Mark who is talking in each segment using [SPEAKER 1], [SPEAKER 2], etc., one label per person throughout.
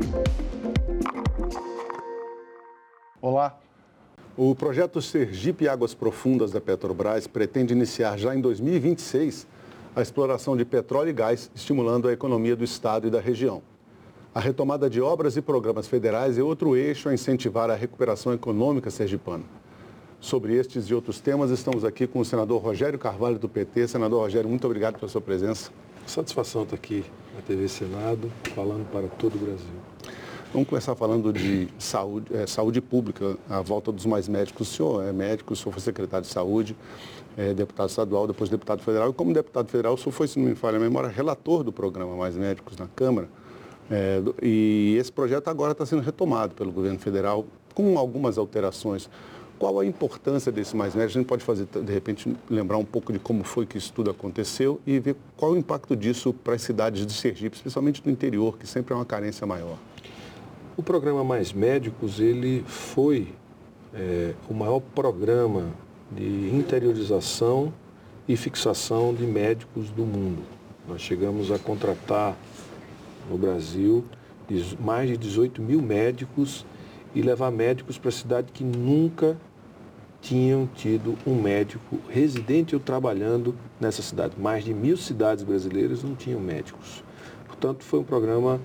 [SPEAKER 1] Olá. O projeto Sergipe Águas Profundas da Petrobras pretende iniciar já em 2026 a exploração de petróleo e gás, estimulando a economia do estado e da região. A retomada de obras e programas federais é outro eixo a incentivar a recuperação econômica sergipana. Sobre estes e outros temas, estamos aqui com o senador Rogério Carvalho, do PT. Senador Rogério, muito obrigado pela sua presença.
[SPEAKER 2] Satisfação estar aqui na TV Senado, falando para todo o Brasil.
[SPEAKER 1] Vamos começar falando de saúde pública, a volta dos mais médicos. O senhor é médico, o senhor foi secretário de saúde, deputado estadual, depois deputado federal. E como deputado federal, o senhor foi, se não me falha a memória, relator do programa Mais Médicos na Câmara. E esse projeto agora está sendo retomado pelo governo federal com algumas alterações. Qual a importância desse Mais Médicos? A gente pode fazer, de repente, lembrar um pouco de como foi que isso tudo aconteceu e ver qual o impacto disso para as cidades de Sergipe, especialmente do interior, que sempre é uma carência maior.
[SPEAKER 2] O programa Mais Médicos, ele foi o maior programa de interiorização e fixação de médicos do mundo. Nós chegamos a contratar no Brasil mais de 18 mil médicos e levar médicos para cidades que nunca tinham tido um médico residente ou trabalhando nessa cidade. Mais de 1.000 cidades brasileiras não tinham médicos. Portanto, foi um programa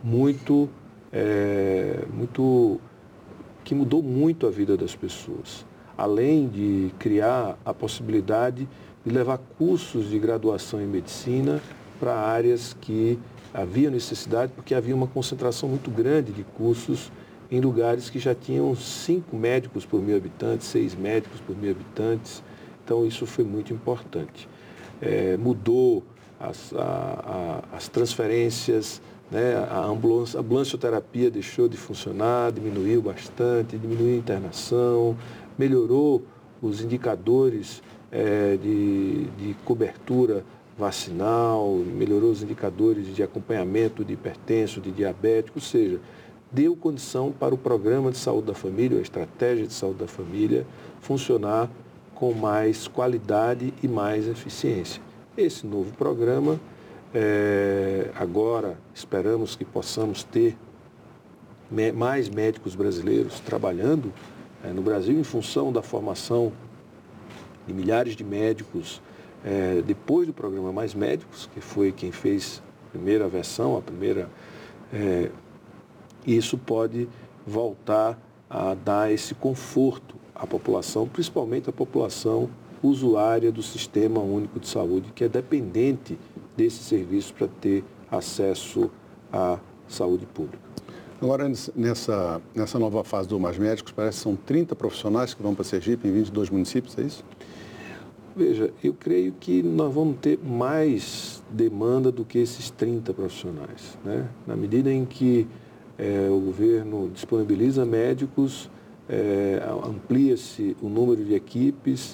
[SPEAKER 2] que mudou muito a vida das pessoas, além de criar a possibilidade de levar cursos de graduação em medicina para áreas que havia necessidade, porque havia uma concentração muito grande de cursos em lugares que já tinham 5 médicos por 1.000 habitantes, 6 médicos por 1.000 habitantes. Então, isso foi muito importante. Mudou as transferências, né? A ambulancioterapia deixou de funcionar, diminuiu bastante, diminuiu a internação, melhorou os indicadores de cobertura vacinal, melhorou os indicadores de acompanhamento de hipertenso, de diabético, ou seja, deu condição para o programa de saúde da família, a estratégia de saúde da família, funcionar com mais qualidade e mais eficiência. Esse novo programa, agora esperamos que possamos ter mais médicos brasileiros trabalhando no Brasil em função da formação de milhares de médicos depois do programa Mais Médicos, que foi quem fez a primeira versão, isso pode voltar a dar esse conforto à população, principalmente à população usuária do Sistema Único de Saúde, que é dependente desse serviço para ter acesso à saúde pública.
[SPEAKER 1] Agora, nessa nova fase do Mais Médicos, parece que são 30 profissionais que vão para Sergipe em 22 municípios, é isso?
[SPEAKER 2] Veja, eu creio que nós vamos ter mais demanda do que esses 30 profissionais, né? Na medida em que o governo disponibiliza médicos, amplia-se o número de equipes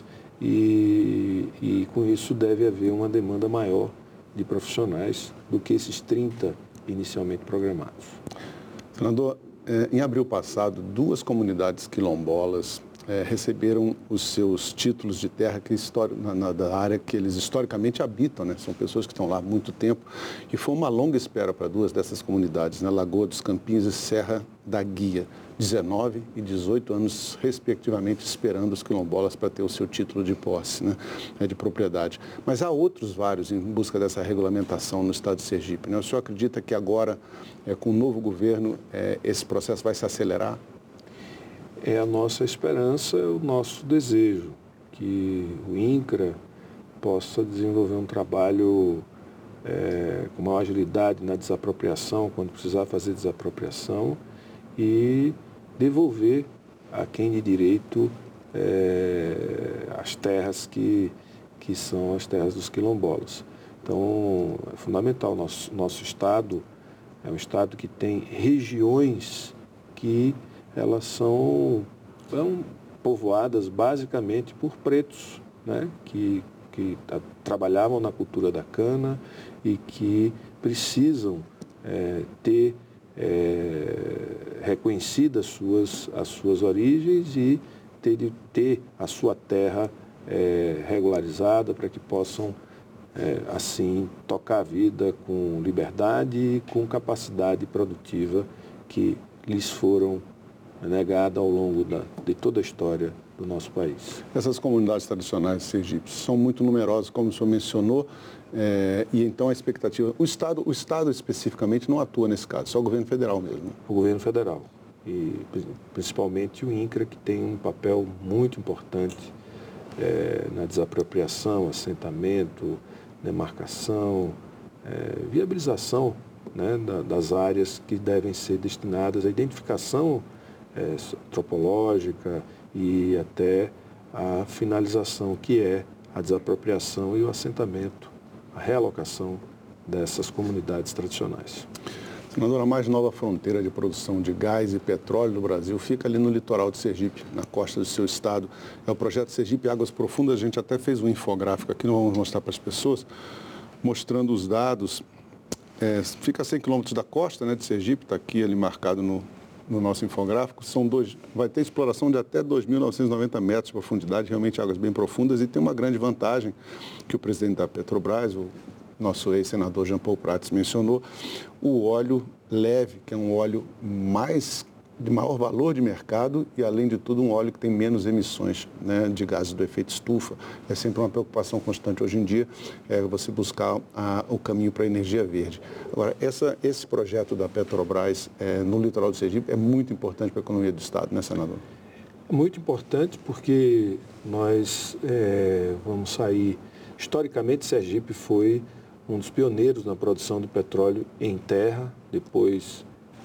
[SPEAKER 2] e com isso deve haver uma demanda maior de profissionais do que esses 30 inicialmente programados.
[SPEAKER 1] Senador, em abril passado, 2 comunidades quilombolas receberam os seus títulos de terra da área que eles historicamente habitam, né? São pessoas que estão lá há muito tempo e foi uma longa espera para 2 dessas comunidades, né? Lagoa dos Campins e Serra da Guia, 19 e 18 anos, respectivamente, esperando os quilombolas para ter o seu título de posse, né? De propriedade. Mas há outros vários em busca dessa regulamentação no estado de Sergipe, né? O senhor acredita que agora, com o novo governo, esse processo vai se acelerar?
[SPEAKER 2] É a nossa esperança, é o nosso desejo, que o INCRA possa desenvolver um trabalho com maior agilidade na desapropriação, quando precisar fazer desapropriação, e devolver a quem de direito as terras que são as terras dos quilombolas. Então, é fundamental. Nosso estado é um estado que tem regiões que elas são povoadas basicamente por pretos, né? que trabalhavam na cultura da cana e que precisam ter reconhecidas as suas origens e ter a sua terra regularizada para que possam, assim, tocar a vida com liberdade e com capacidade produtiva que lhes foram negadas ao longo de toda a história do nosso país.
[SPEAKER 1] Essas comunidades tradicionais de Sergipe são muito numerosas, como o senhor mencionou, e então a expectativa... O Estado especificamente não atua nesse caso, só o governo federal mesmo.
[SPEAKER 2] O governo federal, e principalmente o INCRA, que tem um papel muito importante na desapropriação, assentamento, demarcação, viabilização, né, das áreas que devem ser destinadas à identificação antropológica e até a finalização, que é a desapropriação e o assentamento, a realocação dessas comunidades tradicionais.
[SPEAKER 1] Senador, a mais nova fronteira de produção de gás e petróleo do Brasil fica ali no litoral de Sergipe, na costa do seu estado. É o projeto Sergipe Águas Profundas. A gente até fez um infográfico aqui, não vamos mostrar para as pessoas, mostrando os dados. Fica a 100 quilômetros da costa, né, de Sergipe, está aqui ali marcado no nosso infográfico. Vai ter exploração de até 2.990 metros de profundidade, realmente águas bem profundas, e tem uma grande vantagem que o presidente da Petrobras, o nosso ex-senador Jean Paul Prats, mencionou, o óleo leve, que é um óleo de maior valor de mercado e, além de tudo, um óleo que tem menos emissões, né, de gases do efeito estufa. É sempre uma preocupação constante hoje em dia, você buscar o caminho para a energia verde. Agora, esse projeto da Petrobras no litoral do Sergipe é muito importante para a economia do Estado, né, senador?
[SPEAKER 2] É muito importante porque nós vamos sair... Historicamente, Sergipe foi um dos pioneiros na produção de petróleo em terra, depois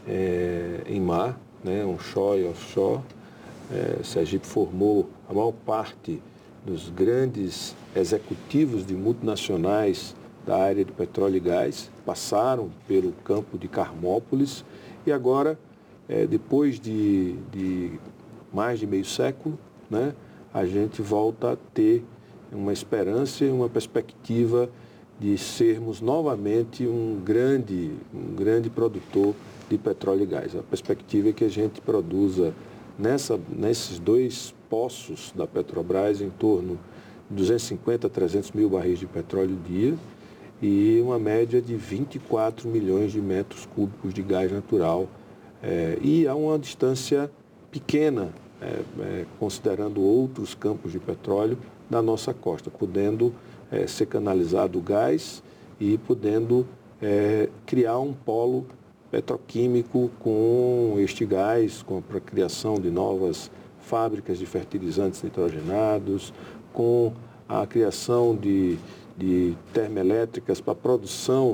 [SPEAKER 2] em mar, né, onshore e offshore. Sergipe formou a maior parte dos grandes executivos de multinacionais da área de petróleo e gás, passaram pelo campo de Carmópolis e agora, depois de mais de meio século, né, a gente volta a ter uma esperança e uma perspectiva de sermos novamente um grande produtor de petróleo e gás. A perspectiva é que a gente produza nesses 2 poços da Petrobras em torno de 250 a 300 mil barris de petróleo dia e uma média de 24 milhões de metros cúbicos de gás natural. E a uma distância pequena, considerando outros campos de petróleo da nossa costa, podendo ser canalizado o gás e podendo criar um polo petroquímico com este gás, para a criação de novas fábricas de fertilizantes nitrogenados, com a criação de termoelétricas para a produção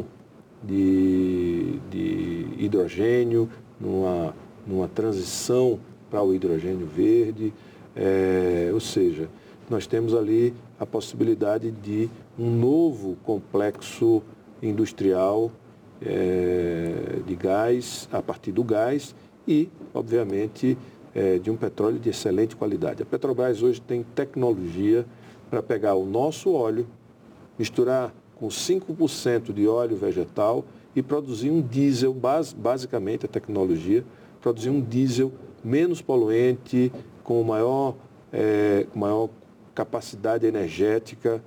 [SPEAKER 2] de hidrogênio, numa transição para o hidrogênio verde, ou seja, nós temos ali a possibilidade de um novo complexo industrial de gás, a partir do gás e, obviamente, de um petróleo de excelente qualidade. A Petrobras hoje tem tecnologia para pegar o nosso óleo, misturar com 5% de óleo vegetal e produzir um diesel, basicamente a tecnologia, produzir um diesel menos poluente, com maior capacidade energética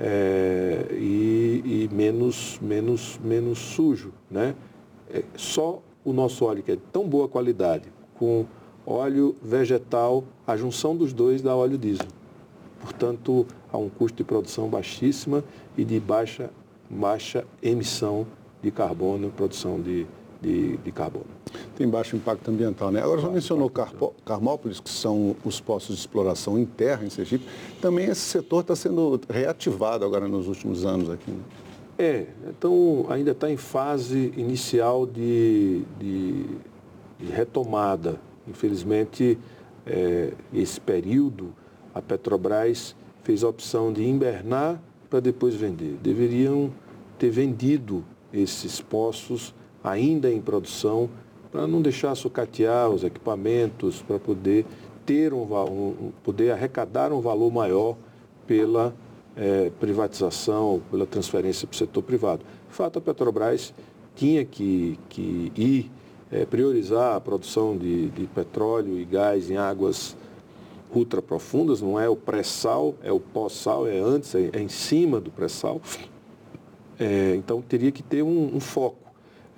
[SPEAKER 2] e menos sujo, né? Só o nosso óleo, que é de tão boa qualidade, com óleo vegetal, a junção dos dois dá óleo diesel. Portanto, há um custo de produção baixíssima e de baixa emissão de carbono, produção de carbono.
[SPEAKER 1] Tem baixo impacto ambiental, né? Agora, já mencionou Carmópolis, que são os poços de exploração em terra, em Sergipe. Também esse setor está sendo reativado agora nos últimos anos aqui, né?
[SPEAKER 2] Então ainda está em fase inicial de retomada. Infelizmente, esse período, a Petrobras fez a opção de invernar para depois vender. Deveriam ter vendido esses poços ainda em produção, para não deixar sucatear os equipamentos, para poder ter poder arrecadar um valor maior pela privatização, pela transferência para o setor privado. De fato, a Petrobras tinha que priorizar a produção de petróleo e gás em águas ultraprofundas, não é o pré-sal, é o pós-sal, é antes, é em cima do pré-sal. Então, teria que ter um foco.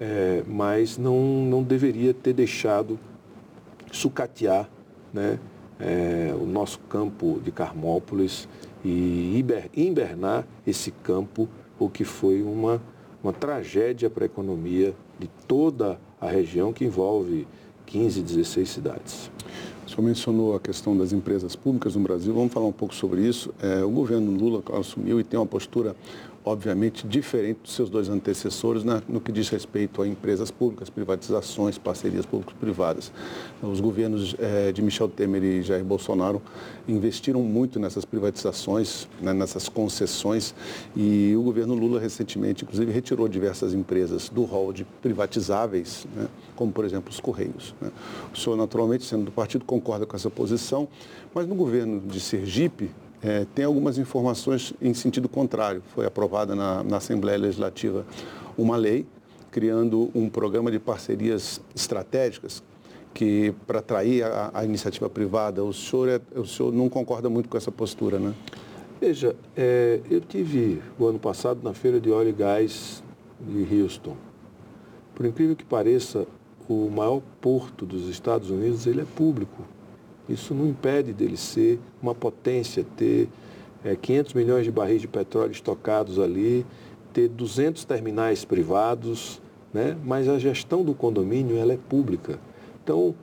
[SPEAKER 2] mas não deveria ter deixado sucatear, né, o nosso campo de Carmópolis e hibernar esse campo, o que foi uma tragédia para a economia de toda a região, que envolve 15, 16 cidades.
[SPEAKER 1] O senhor mencionou a questão das empresas públicas no Brasil, vamos falar um pouco sobre isso. O governo Lula assumiu e tem uma postura, obviamente, diferente dos seus dois antecessores no que diz respeito a empresas públicas, privatizações, parcerias público-privadas. Os governos de Michel Temer e Jair Bolsonaro investiram muito nessas privatizações, né, nessas concessões, e o governo Lula recentemente, inclusive, retirou diversas empresas do rol de privatizáveis, né, como, por exemplo, os Correios, né. O senhor, naturalmente, sendo do partido, concorda com essa posição, mas no governo de Sergipe, tem algumas informações em sentido contrário. Foi aprovada na Assembleia Legislativa uma lei criando um programa de parcerias estratégicas que, para atrair a iniciativa privada, o senhor não concorda muito com essa postura, né?
[SPEAKER 2] Veja, eu tive o ano passado na Feira de Óleo e Gás de Houston. Por incrível que pareça, o maior porto dos Estados Unidos, ele é público. Isso não impede dele ser uma potência, ter 500 milhões de barris de petróleo estocados ali, ter 200 terminais privados, né? Mas a gestão do condomínio, ela é pública. Então,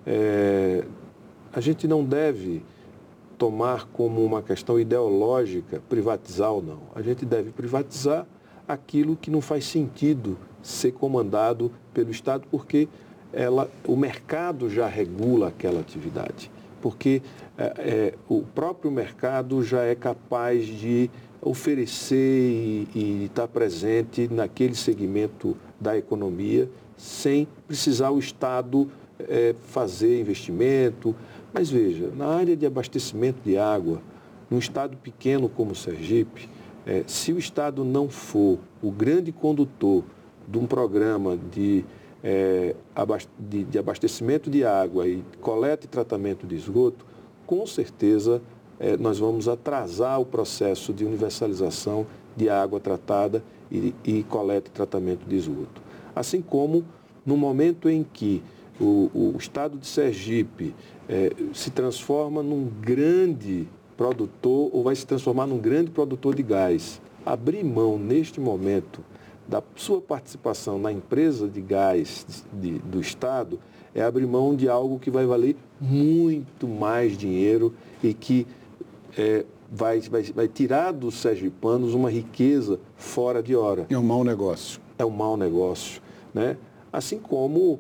[SPEAKER 2] a gente não deve tomar como uma questão ideológica privatizar ou não. A gente deve privatizar aquilo que não faz sentido ser comandado pelo Estado, porque o mercado já regula aquela atividade. Porque o próprio mercado já é capaz de oferecer e estar presente naquele segmento da economia sem precisar o Estado fazer investimento. Mas veja, na área de abastecimento de água, num estado pequeno como Sergipe, se o Estado não for o grande condutor de um programa de abastecimento de água e coleta e tratamento de esgoto, com certeza nós vamos atrasar o processo de universalização de água tratada e coleta e tratamento de esgoto. Assim como no momento em que o estado de Sergipe se transforma num grande produtor ou vai se transformar num grande produtor de gás, abrir mão neste momento da sua participação na empresa de gás do Estado é abrir mão de algo que vai valer muito mais dinheiro e que vai tirar dos sergipanos uma riqueza fora de hora.
[SPEAKER 1] É um mau negócio.
[SPEAKER 2] É um mau negócio, né? Assim como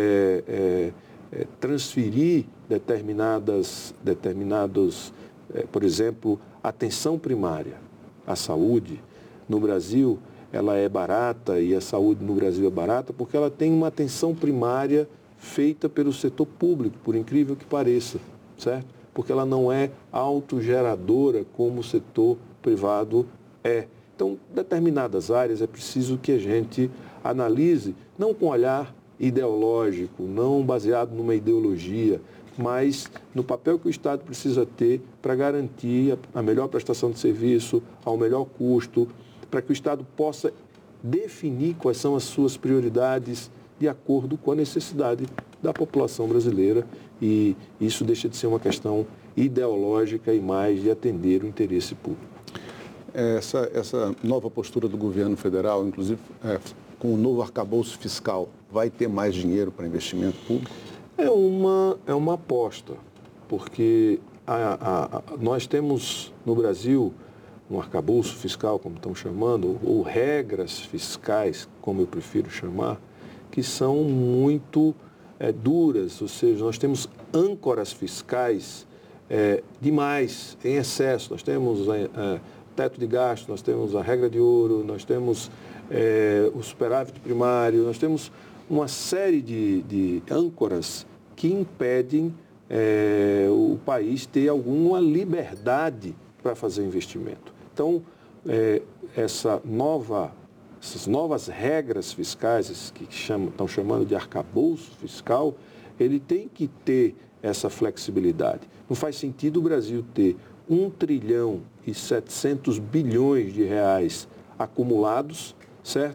[SPEAKER 2] transferir determinados, por exemplo, atenção primária à saúde no Brasil, ela é barata e a saúde no Brasil é barata porque ela tem uma atenção primária feita pelo setor público, por incrível que pareça, certo? Porque ela não é autogeradora como o setor privado é. Então, determinadas áreas é preciso que a gente analise, não com olhar ideológico, não baseado numa ideologia, mas no papel que o Estado precisa ter para garantir a melhor prestação de serviço, ao melhor custo, para que o Estado possa definir quais são as suas prioridades de acordo com a necessidade da população brasileira. E isso deixa de ser uma questão ideológica e mais de atender o interesse público.
[SPEAKER 1] Essa nova postura do governo federal, inclusive com o novo arcabouço fiscal, vai ter mais dinheiro para investimento público?
[SPEAKER 2] É uma aposta, porque nós temos no Brasil um arcabouço fiscal, como estamos chamando, ou regras fiscais, como eu prefiro chamar, que são muito duras, ou seja, nós temos âncoras fiscais demais, em excesso. Nós temos teto de gasto, nós temos a regra de ouro, nós temos o superávit primário, nós temos uma série de âncoras que impedem o país ter alguma liberdade para fazer investimento. Então, essas novas regras fiscais, que estão chamando de arcabouço fiscal, ele tem que ter essa flexibilidade. Não faz sentido o Brasil ter 1 trilhão e 700 bilhões de reais acumulados, certo?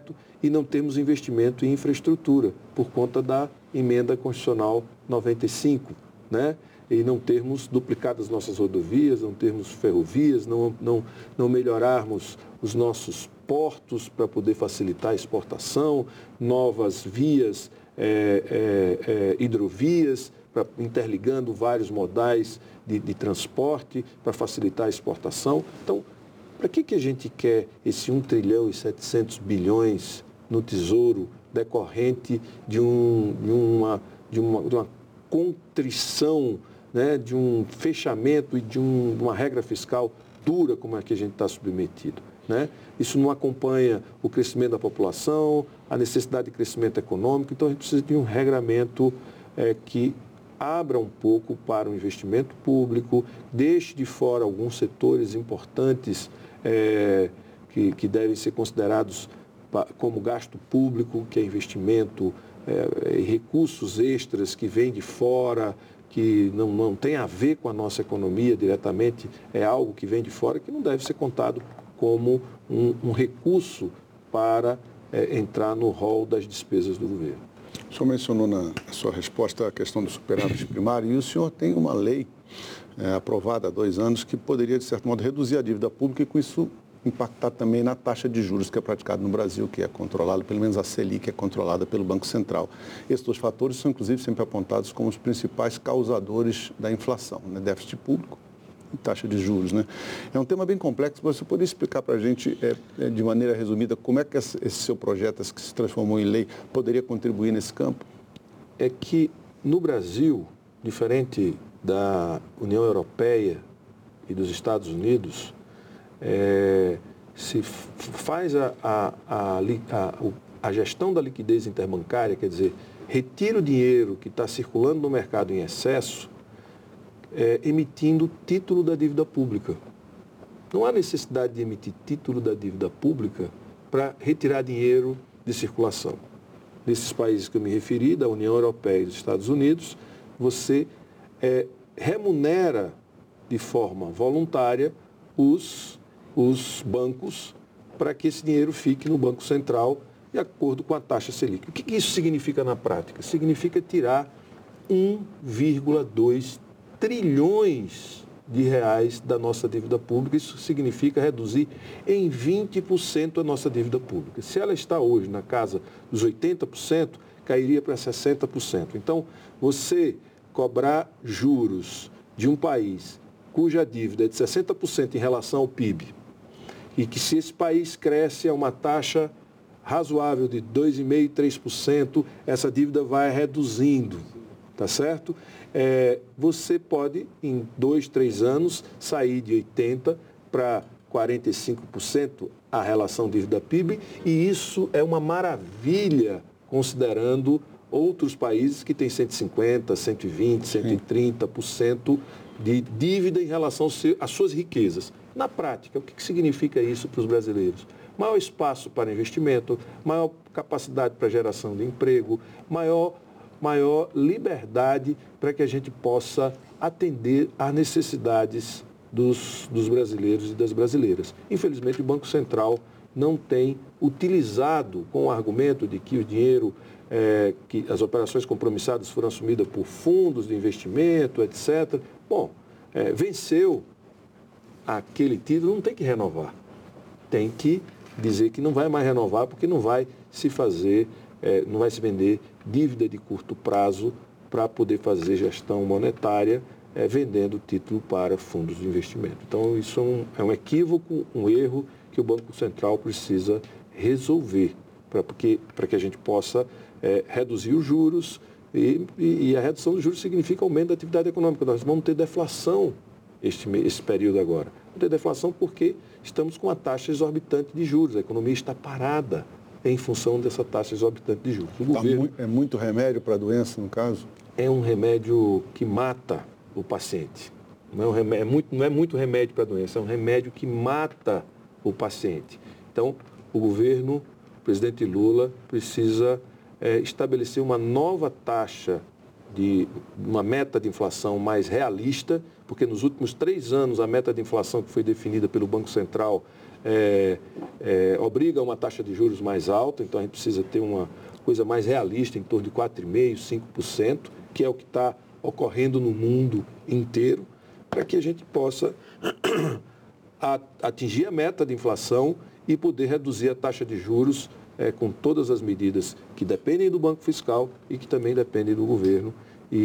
[SPEAKER 2] e não temos investimento em infraestrutura por conta da emenda constitucional 95, né? E não termos duplicado as nossas rodovias, não termos ferrovias, não melhorarmos os nossos portos para poder facilitar a exportação, novas vias, hidrovias, interligando vários modais de transporte para facilitar a exportação. Então, para que a gente quer esse 1 trilhão e 700 bilhões no Tesouro decorrente de uma contrição, né, de um fechamento e de uma regra fiscal dura como a que a gente está submetido, né? Isso não acompanha o crescimento da população, a necessidade de crescimento econômico, então a gente precisa de um regramento que abra um pouco para o investimento público, deixe de fora alguns setores importantes que devem ser considerados como gasto público, que é investimento, recursos extras que vêm de fora, que não tem a ver com a nossa economia diretamente, é algo que vem de fora, que não deve ser contado como um recurso para entrar no rol das despesas do governo.
[SPEAKER 1] O senhor mencionou na sua resposta a questão do superávit primário e o senhor tem uma lei aprovada há 2 anos que poderia, de certo modo, reduzir a dívida pública e com isso impactar também na taxa de juros que é praticada no Brasil, que é controlada, pelo menos a Selic é controlada pelo Banco Central. Esses 2 fatores são, inclusive, sempre apontados como os principais causadores da inflação, né? Déficit público e taxa de juros, né? É um tema bem complexo. Você poderia explicar para a gente, de maneira resumida, como é que esse seu projeto, que se transformou em lei, poderia contribuir nesse campo?
[SPEAKER 2] É que, no Brasil, diferente da União Europeia e dos Estados Unidos, se faz a gestão da liquidez interbancária, quer dizer, retira o dinheiro que está circulando no mercado em excesso, emitindo título da dívida pública. Não há necessidade de emitir título da dívida pública para retirar dinheiro de circulação. Nesses países que eu me referi, da União Europeia e dos Estados Unidos, você remunera de forma voluntária os bancos para que esse dinheiro fique no Banco Central de acordo com a taxa Selic. O que isso significa na prática? Significa tirar 1,2 trilhões de reais da nossa dívida pública. Isso significa reduzir em 20% a nossa dívida pública. Se ela está hoje na casa dos 80%, cairia para 60%. Então, você cobrar juros de um país cuja dívida é de 60% em relação ao PIB, e que se esse país cresce a uma taxa razoável de 2,5%, 3%, essa dívida vai reduzindo, tá certo? Você pode, em 2, 3 anos, sair de 80% para 45% a relação dívida-PIB, e isso é uma maravilha, considerando outros países que têm 150%, 120%, 130% de dívida em relação às suas riquezas. Na prática, o que significa isso para os brasileiros? Maior espaço para investimento, maior capacidade para geração de emprego, maior liberdade para que a gente possa atender às necessidades dos brasileiros e das brasileiras. Infelizmente, o Banco Central não tem utilizado com o argumento de que o dinheiro, que as operações compromissadas foram assumidas por fundos de investimento, etc. Bom, venceu aquele título, não tem que renovar. Tem que dizer que não vai mais renovar porque não vai se fazer, não vai se vender dívida de curto prazo para poder fazer gestão monetária, vendendo título para fundos de investimento. Então, isso é um equívoco, um erro que o Banco Central precisa resolver para que a gente possa reduzir os juros, e a redução dos juros significa aumento da atividade econômica. Nós vamos ter deflação esse período agora. Vamos ter deflação porque estamos com uma taxa exorbitante de juros. A economia está parada em função dessa taxa exorbitante de juros. O governo,
[SPEAKER 1] é muito remédio para a doença, no caso?
[SPEAKER 2] É um remédio que mata o paciente. Não é muito remédio para a doença, é um remédio que mata o paciente. Então, o governo, o presidente Lula, precisa estabelecer uma nova taxa de uma meta de inflação mais realista, porque nos últimos 3 anos a meta de inflação que foi definida pelo Banco Central obriga a uma taxa de juros mais alta, então a gente precisa ter uma coisa mais realista, em torno de 4,5%, 5%, que é o que está ocorrendo no mundo inteiro, para que a gente possa atingir a meta de inflação e poder reduzir a taxa de juros com todas as medidas que dependem do Banco Fiscal e que também dependem do governo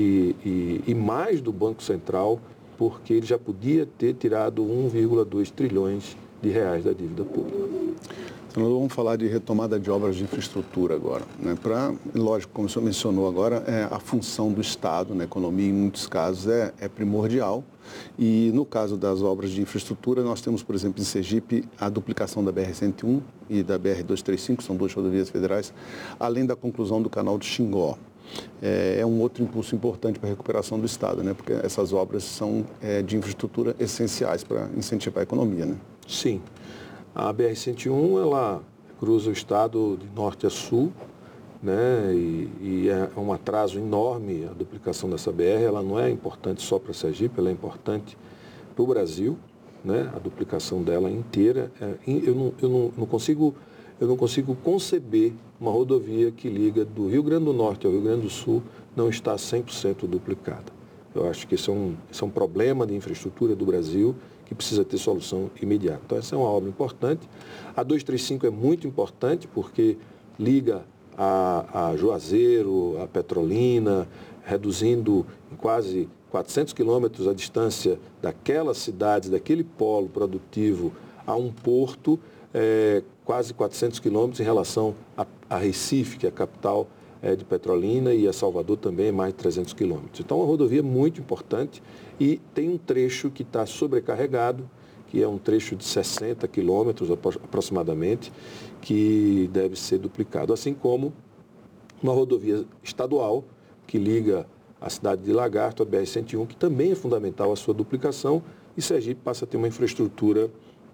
[SPEAKER 2] e mais do Banco Central, porque ele já podia ter tirado 1,2 trilhões de reais da dívida pública.
[SPEAKER 1] Senador, vamos falar de retomada de obras de infraestrutura agora. Né? Lógico, como o senhor mencionou agora, a função do Estado na economia, em muitos casos, é primordial. E no caso das obras de infraestrutura, nós temos, por exemplo, em Sergipe, a duplicação da BR-101 e da BR-235, são 2 rodovias federais, além da conclusão do canal do Xingó. É um outro impulso importante para a recuperação do Estado, né? Porque essas obras são de infraestrutura essenciais para incentivar a economia. Né?
[SPEAKER 2] Sim. A BR-101, ela cruza o estado de norte a sul, né? E é um atraso enorme a duplicação dessa BR. Ela não é importante só para Sergipe, ela é importante para o Brasil, né? A duplicação dela inteira. Eu não consigo conceber uma rodovia que liga do Rio Grande do Norte ao Rio Grande do Sul não está 100% duplicada. Eu acho que esse é um problema de infraestrutura do Brasil que precisa ter solução imediata. Então, essa é uma obra importante. A 235 é muito importante porque liga a Juazeiro, a Petrolina, reduzindo em quase 400 quilômetros a distância daquelas cidades, daquele polo produtivo a um porto, quase 400 quilômetros em relação a Recife, que é a capital de Petrolina, e a Salvador também, mais de 300 quilômetros. Então, é uma rodovia muito importante e tem um trecho que está sobrecarregado, que é um trecho de 60 quilômetros aproximadamente, que deve ser duplicado, assim como uma rodovia estadual que liga a cidade de Lagarto, a BR-101, que também é fundamental a sua duplicação, e Sergipe passa a ter uma infraestrutura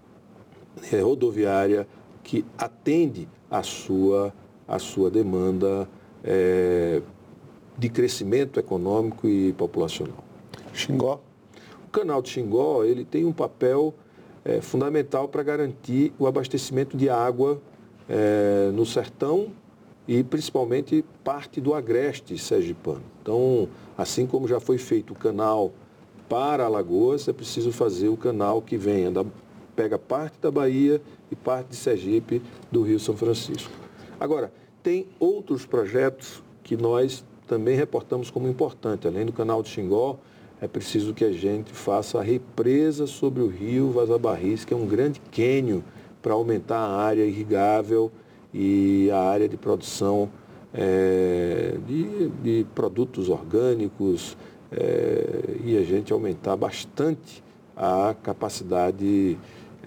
[SPEAKER 2] rodoviária que atende a sua demanda de crescimento econômico e populacional.
[SPEAKER 1] Xingó.
[SPEAKER 2] O canal de Xingó, ele tem um papel fundamental para garantir o abastecimento de água no sertão e principalmente parte do agreste sergipano. Então, assim como já foi feito o canal para Alagoas, é preciso fazer o canal que pega parte da Bahia e parte de Sergipe do Rio São Francisco. Agora, tem outros projetos que nós também reportamos como importante. Além do canal de Xingó, é preciso que a gente faça a represa sobre o rio Vaza Barris, que é um grande cânion para aumentar a área irrigável e a área de produção de produtos orgânicos e a gente aumentar bastante a capacidade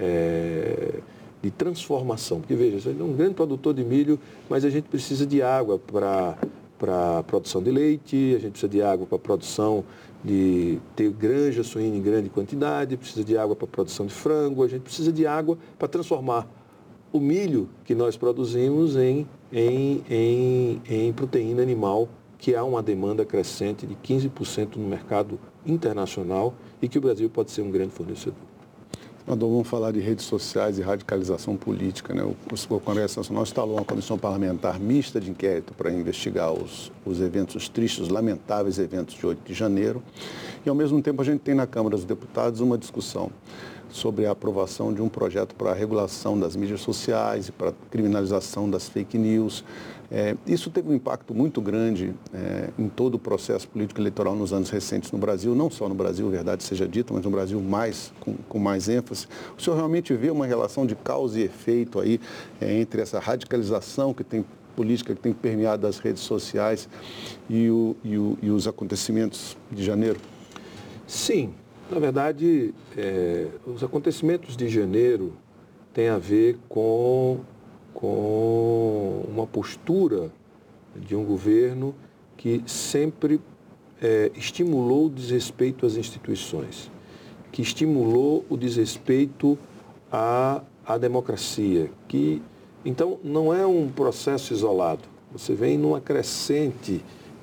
[SPEAKER 2] de transformação. Porque, veja, você é um grande produtor de milho, mas a gente precisa de água para a produção de leite, a gente precisa de água para a produção de ter granja suína em grande quantidade, precisa de água para a produção de frango, a gente precisa de água para transformar o milho que nós produzimos em proteína animal, que há uma demanda crescente de 15% no mercado internacional e que o Brasil pode ser um grande fornecedor.
[SPEAKER 1] Senador, vamos falar de redes sociais e radicalização política. Né? O Congresso Nacional instalou uma comissão parlamentar mista de inquérito para investigar os eventos, os tristes, os lamentáveis eventos de 8 de janeiro. E, ao mesmo tempo, a gente tem na Câmara dos Deputados uma discussão sobre a aprovação de um projeto para a regulação das mídias sociais e para a criminalização das fake news. Isso teve um impacto muito grande em todo o processo político eleitoral nos anos recentes no Brasil, não só no Brasil, verdade seja dita, mas no Brasil com mais ênfase. O senhor realmente vê uma relação de causa e efeito aí entre essa radicalização política que tem permeado as redes sociais e os acontecimentos de janeiro?
[SPEAKER 2] Sim. Na verdade, os acontecimentos de janeiro têm a ver com uma postura de um governo que sempre estimulou o desrespeito às instituições, que estimulou o desrespeito à democracia, então não é um processo isolado. Você vem numa crescente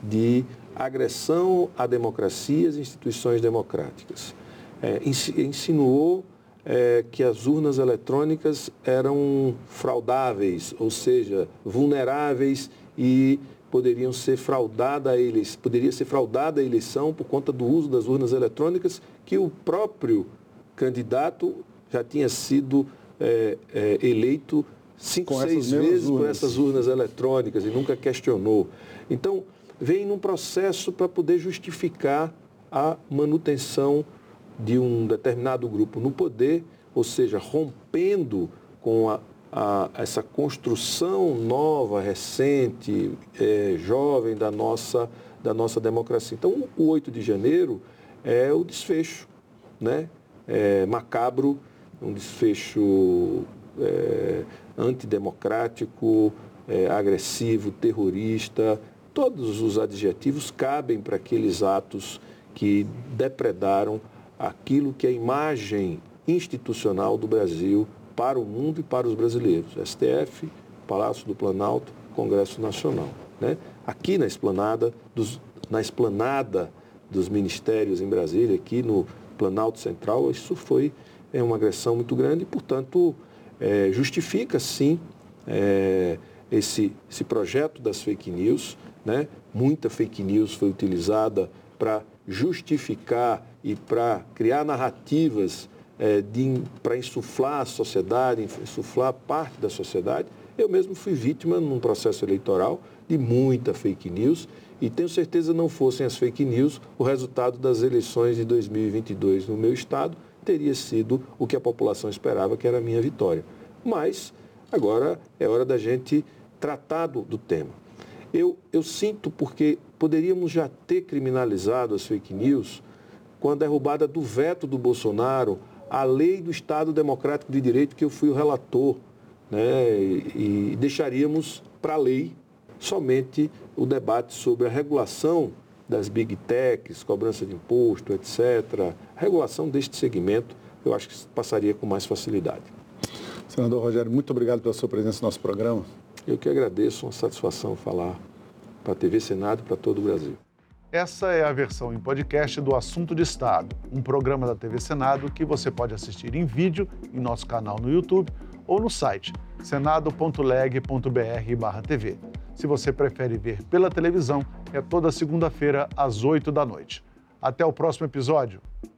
[SPEAKER 2] de agressão à democracia e às instituições democráticas. Insinuou que as urnas eletrônicas eram fraudáveis, ou seja, vulneráveis e poderia ser fraudada a eleição por conta do uso das urnas eletrônicas, que o próprio candidato já tinha sido eleito 5, 6 vezes por essas urnas eletrônicas e nunca questionou. Então, vem num processo para poder justificar a manutenção de um determinado grupo no poder, ou seja, rompendo com essa construção nova, recente, jovem da nossa democracia. Então, o 8 de janeiro é o desfecho, né? Macabro, um desfecho antidemocrático, agressivo, terrorista. Todos os adjetivos cabem para aqueles atos que depredaram aquilo que é a imagem institucional do Brasil para o mundo e para os brasileiros. STF, Palácio do Planalto, Congresso Nacional. Né? Aqui na esplanada dos ministérios em Brasília, aqui no Planalto Central, isso foi uma agressão muito grande e, portanto, justifica, sim, esse projeto das fake news. Né? Muita fake news foi utilizada para justificar e para criar narrativas para insuflar a sociedade, insuflar parte da sociedade. Eu mesmo fui vítima, num processo eleitoral, de muita fake news e tenho certeza não fossem as fake news, o resultado das eleições de 2022 no meu estado teria sido o que a população esperava, que era a minha vitória. Mas agora é hora da gente tratar do tema. Eu sinto porque poderíamos já ter criminalizado as fake news com a derrubada do veto do Bolsonaro à lei do Estado Democrático de Direito, que eu fui o relator, né? E deixaríamos para a lei somente o debate sobre a regulação das big techs, cobrança de imposto, etc. A regulação deste segmento, eu acho que passaria com mais facilidade.
[SPEAKER 1] Senador Rogério, muito obrigado pela sua presença no nosso programa.
[SPEAKER 2] Eu que agradeço, uma satisfação falar para a TV Senado e para todo o Brasil.
[SPEAKER 3] Essa é a versão em podcast do Assunto de Estado, um programa da TV Senado que você pode assistir em vídeo em nosso canal no YouTube ou no site senado.leg.br/TV. Se você prefere ver pela televisão, é toda segunda-feira às 8 da noite. Até o próximo episódio.